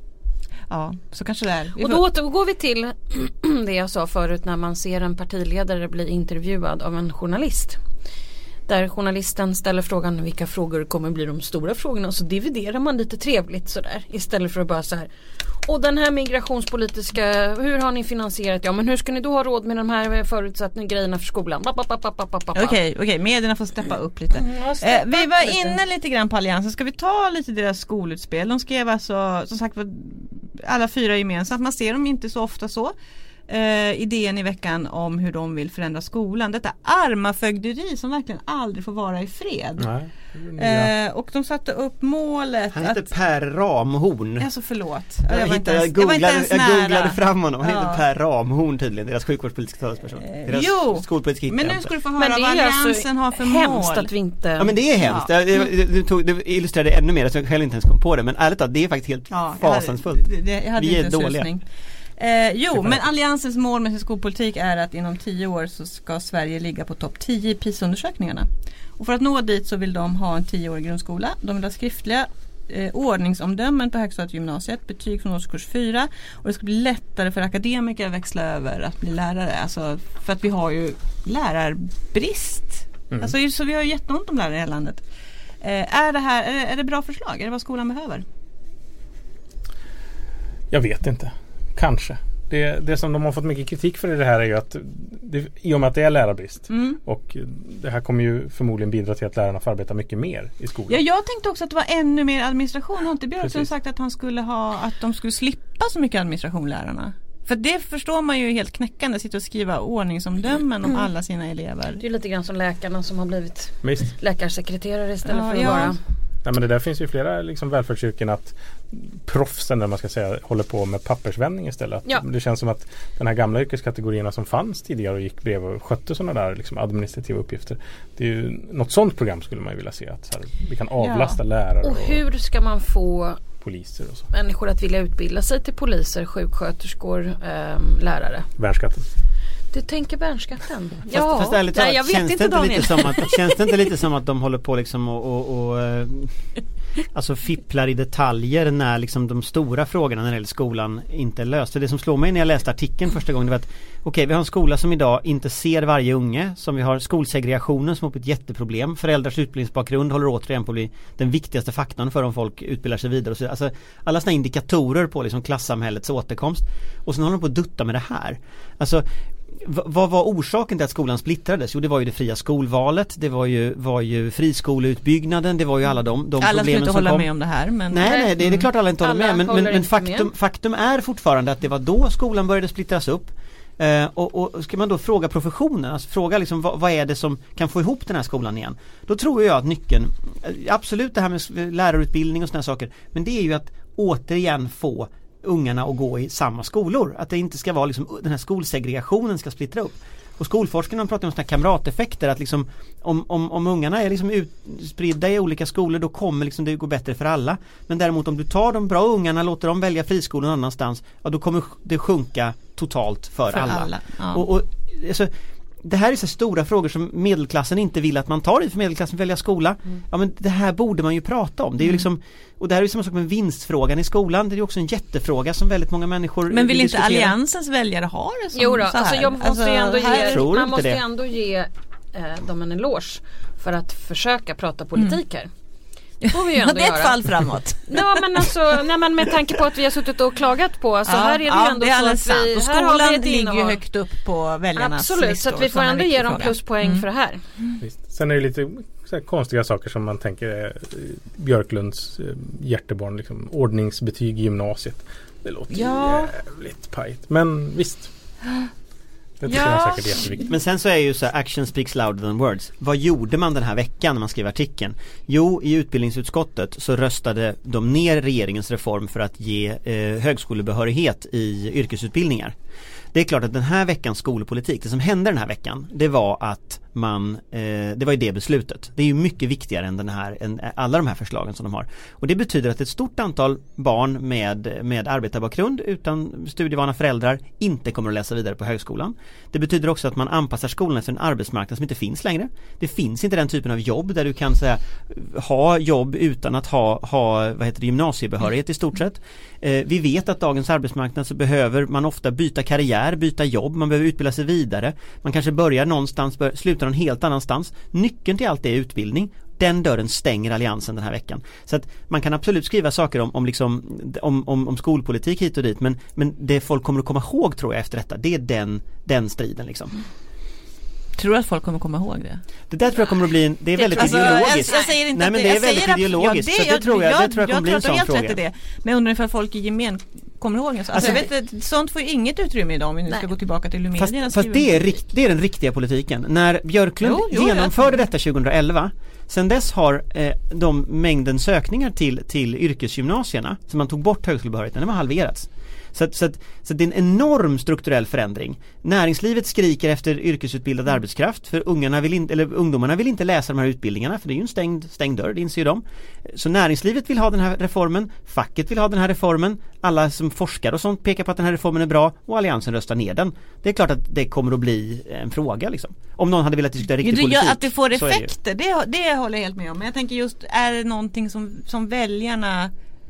Ja, så kanske det är. Och då återgår vi till det jag sa förut när man ser en partiledare bli intervjuad av en journalist. Där journalisten ställer frågan vilka frågor kommer bli de stora frågorna och så dividerar man lite trevligt sådär istället för att bara så här. Och den här migrationspolitiska, hur har ni finansierat? Ja, men hur ska ni då ha råd med de här förutsättningarna grejerna för skolan? Okej, okej, okay, medierna får steppa upp lite. Mm, eh, vi var lite. inne lite grann på Alliansen. Ska vi ta lite deras skolutspel? De skrev alltså, som sagt, alla fyra gemensamt. Man ser dem inte så ofta så. Uh, idén i veckan om hur de vill förändra skolan. Detta arma fögderi som verkligen aldrig får vara i fred. Nej, uh, och de satte upp målet. Han heter att... Per Ramhorn. Alltså förlåt. Jag, jag, hittade, ens, jag, googlade, jag, jag googlade fram honom. Han ja. heter Per Ramhorn tydligen. Deras sjukvårdspolitiska talesperson. Deras jo, skolpolitiska men nu ska du få höra vad Alliansen har för hemskt mål. Att vi inte... Ja, men det är hemskt. Ja. Det, det, det, tog, det illustrerade ännu mer så jag själv inte ens kom på det. Men ärligt talat, det är faktiskt helt ja, fasansfullt. Det, det, jag hade vi inte är dåliga. Susning. Eh, jo, men Alliansens mål med sin skolpolitik är att inom tio år så ska Sverige ligga på topp tio i P I S-undersökningarna. Och för att nå dit så vill de ha en tioårig grundskola. De vill ha skriftliga eh, ordningsomdömen på högstadiet och gymnasiet, betyg från årskurs fyra och det ska bli lättare för akademiker att växla över att bli lärare. Alltså, för att vi har ju lärarbrist. Mm. Alltså, så vi har ju jätteont om lärare i hela landet. Eh, är, det här, är, det, är det bra förslag? Är det vad skolan behöver? Jag vet inte. Kanske. Det, det som de har fått mycket kritik för i det här är ju att det, i och med att det är lärarbrist mm. och det här kommer ju förmodligen bidra till att lärarna får arbeta mycket mer i skolan. Ja, jag tänkte också att det var ännu mer administration. Har inte Björklund sagt att han skulle ha att de skulle slippa så mycket administration lärarna? För det förstår man ju helt knäckande, sitta och skriva ordningsomdömen om alla sina elever. Det är lite grann som läkarna som har blivit Visst. läkarsekreterare istället ja, för att ja. vara... Nej, men det där finns ju flera liksom, välfärdsyrken att proffsen, när man ska säga, håller på med pappersvändning istället. Ja. Det känns som att den här gamla yrkeskategorierna som fanns tidigare och gick brev och skötte sådana där liksom, administrativa uppgifter. Det är ju något sånt program skulle man ju vilja se. Att så här, vi kan avlasta ja. lärare. Och, och hur ska man få poliser och så. Människor att vilja utbilda sig till poliser, sjuksköterskor, ähm, lärare? Värnskatten. Du tänker värnskatten? Fast, ja, fast ärligt nej, jag vet känns inte, det inte Daniel. lite som att, känns det inte lite som att de håller på liksom och, och, och äh, alltså fipplar i detaljer när liksom de stora frågorna när det gäller skolan inte är löst. För det som slår mig när jag läste artikeln första gången det var att okej, okay, vi har en skola som idag inte ser varje unge, som vi har skolsegregationen som är ett jätteproblem. Föräldrars utbildningsbakgrund håller återigen på att bli den viktigaste faktorn för om folk utbildar sig vidare och så. Alltså alla såna indikatorer på liksom klassamhällets återkomst. Och sen håller de på att dutta med det här. Alltså vad var orsaken till att skolan splittrades? Jo, det var ju det fria skolvalet, det var ju, var ju friskoleutbyggnaden, det var ju alla de, de alla problemen inte som hålla kom. med om det här. Men... Nej, nej, det är det klart alla inte håller alla med. Men, men, men faktum, med. faktum är fortfarande att det var då skolan började splittras upp. Uh, och, och ska man då fråga professionen, alltså fråga liksom vad, vad är det som kan få ihop den här skolan igen? Då tror jag att nyckeln, absolut det här med lärarutbildning och såna här saker, men det är ju att återigen få ungarna att gå i samma skolor. Att det inte ska vara liksom, den här skolsegregationen ska splittra upp. Och skolforskarna pratar om såna här kamrateffekter, att liksom, om, om, om ungarna är liksom utspridda i olika skolor, då kommer liksom det gå bättre för alla. Men däremot om du tar de bra ungarna, låter dem välja friskolan någon annanstans, ja, då kommer det sjunka totalt för, för alla. alla. Ja. Och, och, alltså, det här är så stora frågor som medelklassen inte vill att man tar i, för medelklassen välja skola. Mm. Ja, men det här borde man ju prata om. Det är ju liksom, och det här är ju samma sak med vinstfrågan i skolan. Det är ju också en jättefråga som väldigt många människor Men vill, vill inte diskutera. Alliansens väljare ha det som jo då, så här? alltså jag måste alltså, ju ändå ge, man måste det. ändå ge eh, dem en eloge för att försöka prata politik här. Mm. Det får vi ju ändå det är ett göra. fall framåt. Ja, men alltså, nej, men med tanke på att vi har suttit och klagat på, så ja, här är det ja, ju ändå det är så att sant. vi, och här har vi skolan ett ligger ju innehåll. högt upp på väljarnas Absolut, listor. så att vi får ändå ge dem pluspoäng mm. för det här. Mm. Sen är det lite så här konstiga saker som man tänker är Björklunds eh, hjärtebarn, liksom, ordningsbetyg i gymnasiet. Det låter ja. jävligt pajt. Men visst. Det tycker ja. jag är säkert jätteviktigt. Men sen så är ju så här, action speaks louder than words. Vad gjorde man den här veckan när man skrev artikeln? Jo, i utbildningsutskottet så röstade de ner regeringens reform för att ge eh, högskolebehörighet i yrkesutbildningar. Det är klart att den här veckans skolpolitik, det som hände den här veckan, det var att man, eh, det var ju det beslutet. Det är ju mycket viktigare än den här, än alla de här förslagen som de har. Och det betyder att ett stort antal barn med, med arbetarbakgrund utan studievana föräldrar inte kommer att läsa vidare på högskolan. Det betyder också att man anpassar skolan efter en arbetsmarknad som inte finns längre. Det finns inte den typen av jobb där du kan säga, ha jobb utan att ha, ha vad heter det, gymnasiebehörighet i stort sett. Eh, vi vet att dagens arbetsmarknad så behöver man ofta byta karriär, byta jobb, man behöver utbilda sig vidare. Man kanske börjar någonstans, bör, slutar någon helt annanstans. Nyckeln till allt är utbildning. Den dörren stänger alliansen den här veckan. Så att man kan absolut skriva saker om, om, liksom, om, om, om skolpolitik hit och dit, men, men det folk kommer att komma ihåg, tror jag, efter detta, det är den, den striden liksom. Tror du att folk kommer komma ihåg det? Det där tror jag kommer att bli en, det är väldigt alltså, ideologiskt. Jag, jag säger inte Nej, men det, det är jag väldigt säger ideologiskt. Ja, det, så det tror jag, jag, det tror jag kommer jag bli en sån fråga. Rätt i det. Men jag undrar ifall folk i gemen kommer ihåg det. Alltså, alltså, jag vet, sånt får ju inget utrymme idag om vi nu nej. ska gå tillbaka till hur medierna Fast, fast det, är rikt, det är den riktiga politiken. När Björklund jo, jo, genomförde detta tjugoelva, sen dess har eh, de mängden sökningar till, till yrkesgymnasierna som man tog bort högskolebehörigheten, den har halverats. Så, att, så, att, så att det är en enorm strukturell förändring. Näringslivet skriker efter yrkesutbildad mm. arbetskraft, för ungarna vill in, eller ungdomarna vill inte läsa de här utbildningarna, för det är ju en stängd, stängd dörr, det inser ju de. Så näringslivet vill ha den här reformen, facket vill ha den här reformen, alla som forskar och sånt pekar på att den här reformen är bra, och alliansen röstar ner den. Det är klart att det kommer att bli en fråga liksom. Om någon hade velat diskutera riktig politik. Att det får effekter, det, det, det håller jag helt med om. Men jag tänker just, är det någonting som, som väljarna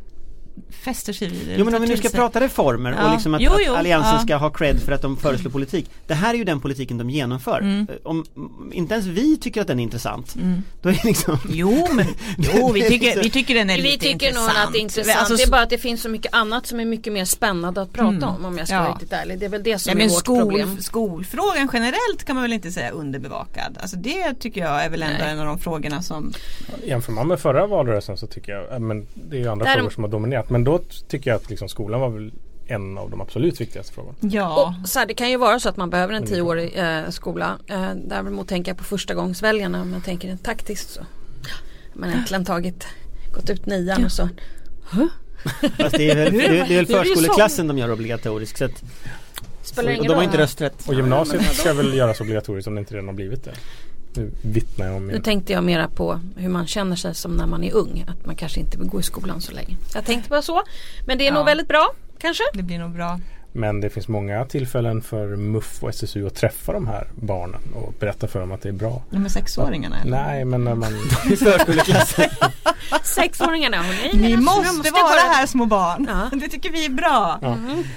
fäster sig vid? Jo, men om vi nu ska prata reformer ja. och liksom att, jo, jo. att alliansen ja. ska ha cred för att de föreslår politik. Det här är ju den politiken de genomför. Mm. Om inte ens vi tycker att den är intressant, mm. då är det liksom... Jo, men jo, vi, tycker, vi tycker den är vi lite tycker intressant. Nog att det är intressant. Alltså, det är bara att det finns så mycket annat som är mycket mer spännande att prata mm. om, om jag ska ja. vara riktigt ärlig. Det är väl det som ja, är vårt skol, problem. Skolfrågan generellt kan man väl inte säga underbevakad. Alltså det tycker jag är väl ändå Nej. en av de frågorna som... Jämför man med förra valrörelsen så tycker jag, men det är ju andra Där... frågor som har dominerat. Men då tycker jag att liksom skolan var väl en av de absolut viktigaste frågorna. Ja. Och så här, det kan ju vara så att man behöver en tioårig eh, skola. Eh, däremot tänker jag på första gångsväljarna. Om jag tänker det taktiskt så. Man har äntligen tagit, gått ut nian ja. och så. Huh? Fast det är väl, det är, det är väl förskoleklassen de gör obligatorisk. Så att, Spelar ingen och de har inte rösträtt. Och gymnasiet ska väl göras obligatoriskt om det inte redan har blivit det. Nu vittnar jag om Nu tänkte jag mera på hur man känner sig som när man är ung. Att man kanske inte vill gå i skolan så länge. Jag tänkte bara så. Men det är ja. nog väldigt bra, kanske. Det blir nog bra. Men det finns många tillfällen för M U F och S S U att träffa de här barnen och berätta för dem att det är bra. De är sexåringarna eller? Nej, men när man... I förskoleklassen. Sexåringarna, hörni. Ni måste, måste vara det här små barn. Ja. Det tycker vi är bra. Ja.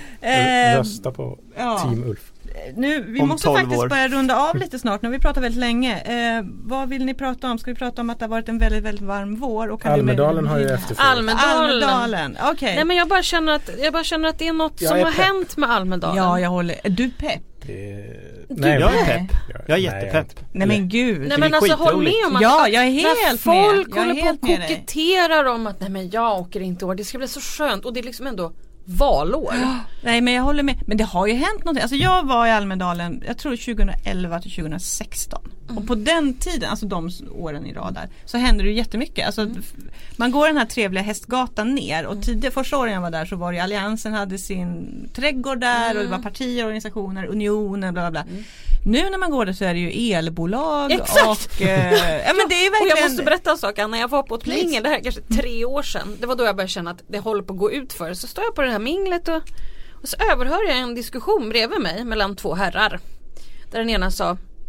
Mm. Rösta på ja. Team Ulf. Nu, vi om måste faktiskt år. börja runda av lite snart. Nu har vi pratat väldigt länge. Eh, vad vill ni prata om? Ska vi prata om att det har varit en väldigt, väldigt varm vår? Och Almedalen med... har ju efterfrågat. Almedalen. Almedalen. Okej. Okay. Nej, men jag bara känner att, jag bara känner att det är något jag som är har pepp. hänt med Almedalen. Ja, jag håller. Är du pepp? Det... Nej, jag är pepp. Jag, jag är jättepepp. Nej, nej men gud. Nej men alltså håll med om att ja, jag är helt när folk med. håller på och koketterar om att nej men jag åker inte år. Det ska bli så skönt och det är liksom ändå valår. Nej men jag håller med. Men det har ju hänt något. Alltså jag var i Almedalen, jag tror tjugoelva till tjugohundrasexton. Mm. Och på den tiden, alltså de åren i rad där, så hände det ju jättemycket. Alltså mm. man går den här trevliga Hästgatan ner och mm. tidigare, första åren jag var där så var det Alliansen hade sin trädgård där mm. och det var partier, organisationer, unioner, bla bla bla. Mm. Nu när man går där så är det ju elbolag. Exakt. och eh, ja, men det är verkligen... Och jag måste berätta en sak, när jag var på ett mingel, det här kanske tre år sedan, det var då jag började känna att det håller på att gå ut för. Så står jag på det här minglet och, och så överhör jag en diskussion bredvid mig mellan två herrar. Där den ena sa,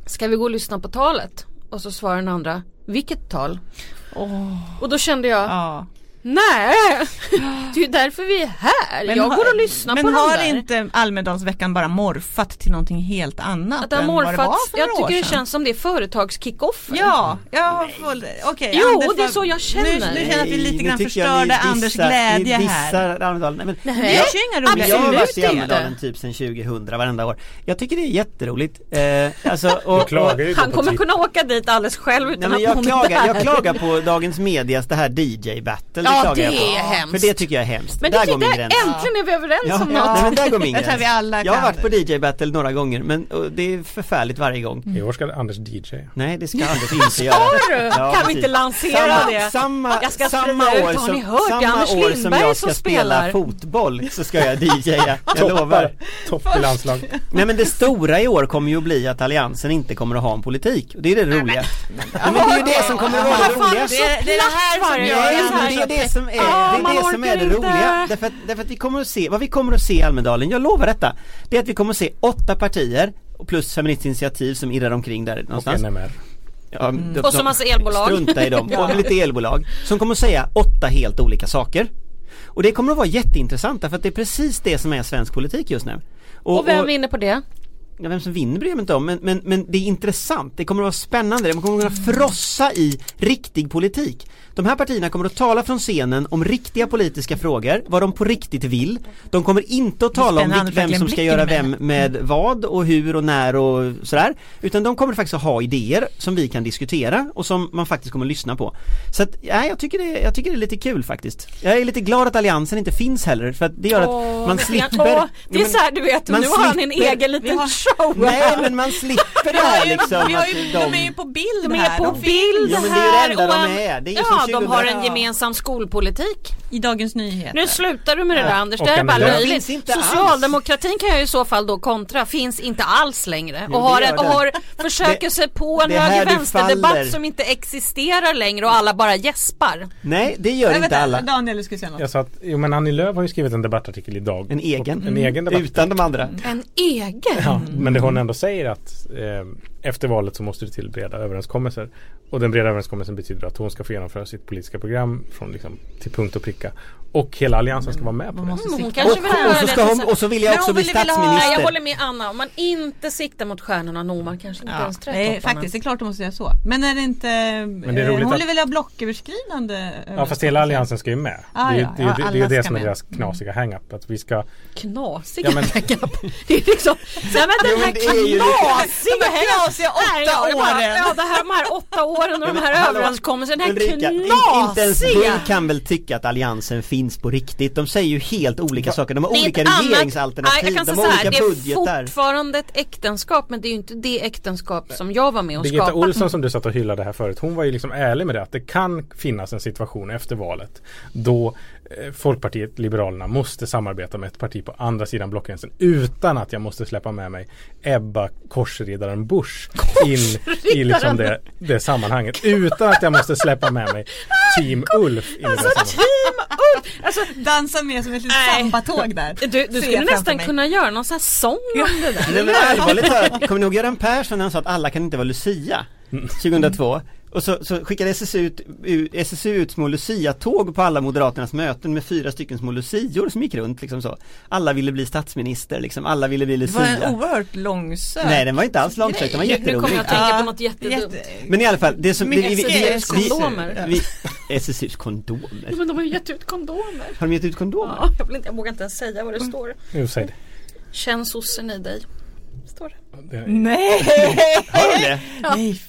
ska vi gå och lyssna på talet? Och så svarar den andra, vilket tal? Oh. Och då kände jag, Ja. nej, det är ju därför vi är här. Men jag har, går och lyssnar men på har dem där. inte Almedalsveckan bara morfat till någonting helt annat Att det har än vad det morfat, var för jag några tycker år det sedan? känns som det är företagskickoff. Ja, ja, okej. Okay, Jo, Anders, det är vad- så jag känner. Nu, nu känner jag att vi lite Nu grann tycker jag förstörde ni dissar- Anders glädje ni här. dissar Almedalen. Nej, men Nej, Det är ju inga roliga jag har varit absolut i Almedalen inte. typ sedan tjugohundra varenda år. Jag tycker det är jätteroligt. Eh, alltså, och, Du klagar ju då Han på kommer Twitter. kunna åka dit alldeles själv Nej, utan men att jag, någon klagar, är jag där. klagar på Dagens Medias det här D J-battle. Ja, klagar det jag på. är hemskt. För det tycker jag är hemskt. Men där det, går min där, gräns. äntligen är vi överens Ja, om ja. något. Nej, men där går min Jag tror gräns. vi alla Jag har kan. varit på D J-battle några gånger, men och det är förfärligt varje gång. I år ska Anders D J. Nej, det ska Anders inte göra. Har du? Ja, Kan vi precis. inte lansera samma, det? Samma, Jag ska samma sprida år ut, har som, ni hört? Det är samma Anders år som Lindberg jag som ska spela spelar. fotboll så ska jag D J:a. Jag lovar. Topp i landslag. Nej, men det stora i år kommer ju att bli att Alliansen inte kommer att ha en politik. Och det är det roliga. Nej, men det är ju det som kommer att vara det Vad fan, roliga. så Det är- det är det här som platt gör varje Nej, år. men det är det som är, Ja, det, man är det, som är orkar det inte. roliga. Därför att, därför att vi kommer att se, vad vi kommer att se i Almedalen, jag lovar detta, det är att vi kommer att se åtta partier och plus Feministiskt initiativ som irrar omkring där Och någonstans. N M R. Ja, de, Och så massa elbolag. Strunta i dem. Och lite elbolag som kommer att säga åtta helt olika saker. Och det kommer att vara jätteintressant därför att det är precis det som är svensk politik just nu. Och vem vinner på det? Ja, vem som vinner bryr jag mig inte om, men, men, men det är intressant, det kommer att vara spännande, det kommer att kunna frossa i riktig politik. De här partierna kommer att tala från scenen om riktiga politiska frågor, vad de på riktigt vill. De kommer inte att tala om Spännande, vilk- vem verkligen som ska blicken göra med. vem med vad och hur och när och sådär. Utan de kommer faktiskt att ha idéer som vi kan diskutera och som man faktiskt kommer att lyssna på. Så att, ja, jag, tycker det, jag tycker det är lite kul faktiskt. Jag är lite glad att Alliansen inte finns heller, för att det gör Åh, att man det- slipper... Åh, Ja, det är men- så här, du vet, man nu har han en slipper- egen Vi liten har- show. Nej, men man slipper det här liksom. Vi har att ju, de, de är ju på bild De är här. på De bild Ja, men det är ju här det enda och de en- är. Det är ju ja, som de har en tjugohundra. gemensam skolpolitik. I Dagens Nyheter. Nu slutar du med det där, Anders, och det är en bara lön. löjligt. Finns inte alls. Socialdemokratin kan jag i så fall då kontra, finns inte alls längre. Jo, Och det har, gör en, och den. har försöker Det- sig på en det är här du höger-vänster-debatt faller. som inte existerar längre och alla bara gäspar. Nej, det gör Nej, inte vänta, alla. Daniel, du skulle säga något. Jag sa att, jo men Annie Lööf har ju skrivit en debattartikel idag. En egen. Och En egen debatt. Utan de andra. En egen. Ja, men det hon ändå säger att eh, efter valet så måste det till breda överenskommelser. Och den breda överenskommelsen betyder att hon ska få genomföra sitt politiska program från liksom till punkt och pricka. Och hela alliansen ska vara med på Man det. måste Mm, hon sikta. kanske Och, vill och, höra så det ska till hon, och så vill jag Men också hon bli vill väl ha- statsminister. Nej, jag håller med Anna. Om man inte siktar mot stjärnorna når man kanske inte Ja, ens nej, trädtopparna. faktiskt, det är klart de måste göra så. Men är det inte... Men det är eh, roligt hon att- vill väl ha blocköverskridande... Ja, fast hela alliansen ska ju med. Ah, det är ju ja, det, är ju- ja, det, är ju alla det ska som är med. deras knasiga hang-up. Att vi ska... Knasiga Ja, men- Det är liksom, nej men den Jo, här men det är ju lite- knasiga De här knasiga åtta Nej, ja, det är bara- åren. Ja, det här, de här åtta åren och de här hallå, överenskommelserna, den här Ulrika, in, inte ens du knasiga. kan väl tycka att alliansen finns på riktigt. De säger ju helt olika saker. De har Det är olika ett annat- regeringsalternativ. Nej, jag kan De säga har så här, olika det är budgetar. fortfarande ett äktenskap, men det är ju inte det äktenskap som jag var med och Birgitta skapade. Olsson som du satt och hyllade här förut, hon var ju liksom ärlig med det att det kan finnas en situation efter valet då eh, Folkpartiet Liberalerna måste samarbeta med ett parti på andra sidan blockgränsen utan att jag måste släppa med mig Ebba Korsriddaren Busch in i liksom det, det sammanhanget utan att jag måste släppa med mig Team Ulf in i det sammanhanget. Team Ulf! Alltså, Dansa med som ett litet Nej. sambatåg där. du, du Ser skulle jag framför nästan mig. kunna göra någon sån här sång om det där. Nej, men allvarligt talat, kommer ni ihåg Göran Persson när han sa att alla kan inte vara Lucia tjugohundratvå? Och så, så skickade S S U ut, U- S S U ut små Lucia-tåg på alla Moderaternas möten med fyra stycken små Lucior som gick runt liksom så. Alla ville bli statsminister liksom, alla ville bli Det var en Lucia. oerhört långsökt. Nej, den var inte alls långsökt, den var Nu kommer jätterolig. jag att tänka Ja, på något jättedumt. jätte- Men i alla fall, det som... Mycket vi- vi- vi- S S U:s vi- kondomer. vi- S S U:s kondomer. Jo, men de har ju gett ut kondomer. Har de gett ut kondomer? Ja, jag, vill inte, jag vågar inte ens säga vad det står. Jo, säg det. Känn sossen i dig. Står det. det. Nej! Har de det? Nej.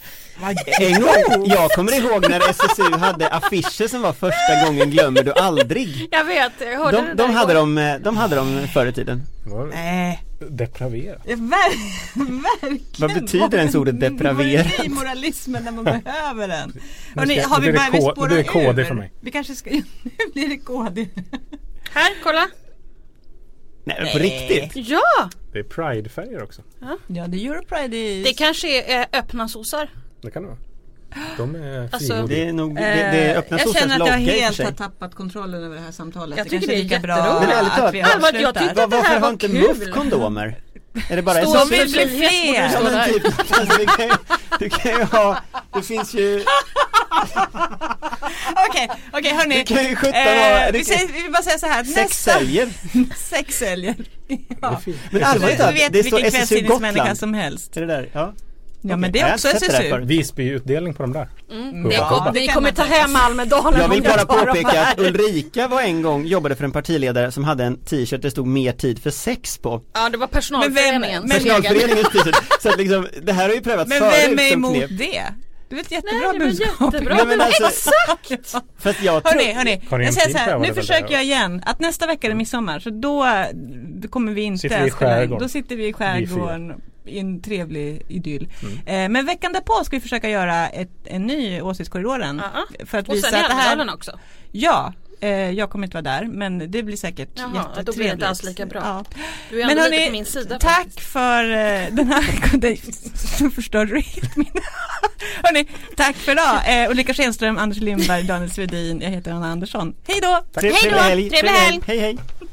En gång, jag kommer ihåg när S S U hade affischer som var första gången glömmer du aldrig. Jag vet, jag hörde det De, där de, hade igår. de, eh, de hade de förr i tiden. Det var Nej. depraverat. Ja, ver- verkligen. Vad betyder ens ordet depraverad? Var är moralismen när man behöver den? Nu Hörrni, ska- har nu vi blir det börjat vi K- spårar nu blir det K D över? för mig. Vi kanske ska, nu blir det K D. Här, kolla. Nej, på riktigt. Ja, Det är Pride-färger också. Ja, det är Europride i... det kanske är eh, öppna sossar. Det kan det vara. De är Alltså, frimodiga. Det är nog, det, det öppna jag sossars känner att jag logga i och för helt sig. har tappat kontrollen över det här samtalet. Jag det tycker kanske det är lika bra jätteroligt. Men ärligt talat, att vi Alva, jag avslutar. tyckte- Var, det här varför var har inte kul. M U F kondomer? Är det bara Stå S S U? för vill bli frihet fler. borde det Ja, stå men där. typ, alltså, det, kan ju, det kan ju ha, det finns ju, Okej, okej hörni. det kan ju sjutton Eh, ha, vi, det säger, kan, vi vill bara säga så här. sex Nästa, säljer. sex säljer. Ja. Men Du, allvarligt du talat, vet det står vilken S S U kvällstidningsmänniska Gotland. som helst. Är det där? Ja. Ja, men Okej, det jag är har också inte sett det där S S U. förut. Visby-utdelning på de där. Mm. Ja. Det Ja, kom, det vi kan kommer man ta säga. hem Almedalen. Jag vill om jag bara tar de påpeka här. att Ulrika var en gång, jobbade för en partiledare som hade en t-shirt det stod mer tid för sex på. Ja, det var personalföreningen. Men vem- men- Personalföreningens t-shirt. Så att liksom, det här har ju prövats Men förut vem är som emot knep. det? Det är ett Nej, jättebra det var budskap. jättebra. Nej, men alltså, Exakt! för att jag tror, Hörni, hörni, Karin jag säger Kim så här, prövade nu väl försöker det. jag igen att nästa vecka är det midsommar, så då, då kommer vi inte Sitter vi i spela in. skärgården. Då sitter vi i skärgården i en trevlig idyll. Mm. Eh, men veckan därpå ska vi försöka göra ett, en ny Åsiktskorridoren. Ja. För att Och visa sen i att det här, Almedalen också. ja, eh, jag kommer inte vara där, men det blir säkert Jaha, jättetrevligt. då blir det inte alls lika bra. Ja. Du är Men ändå lite hörni, på min sida. tack faktiskt. för eh, den här. Nu förstör du helt min. Hörni, tack för idag. Eh, Ulrika Schenström, Anders Lindberg, Daniel Svedin. Jag heter Anna Andersson. Hej då! trevlig Hej då! helg, Trevlig helg! Hej hej!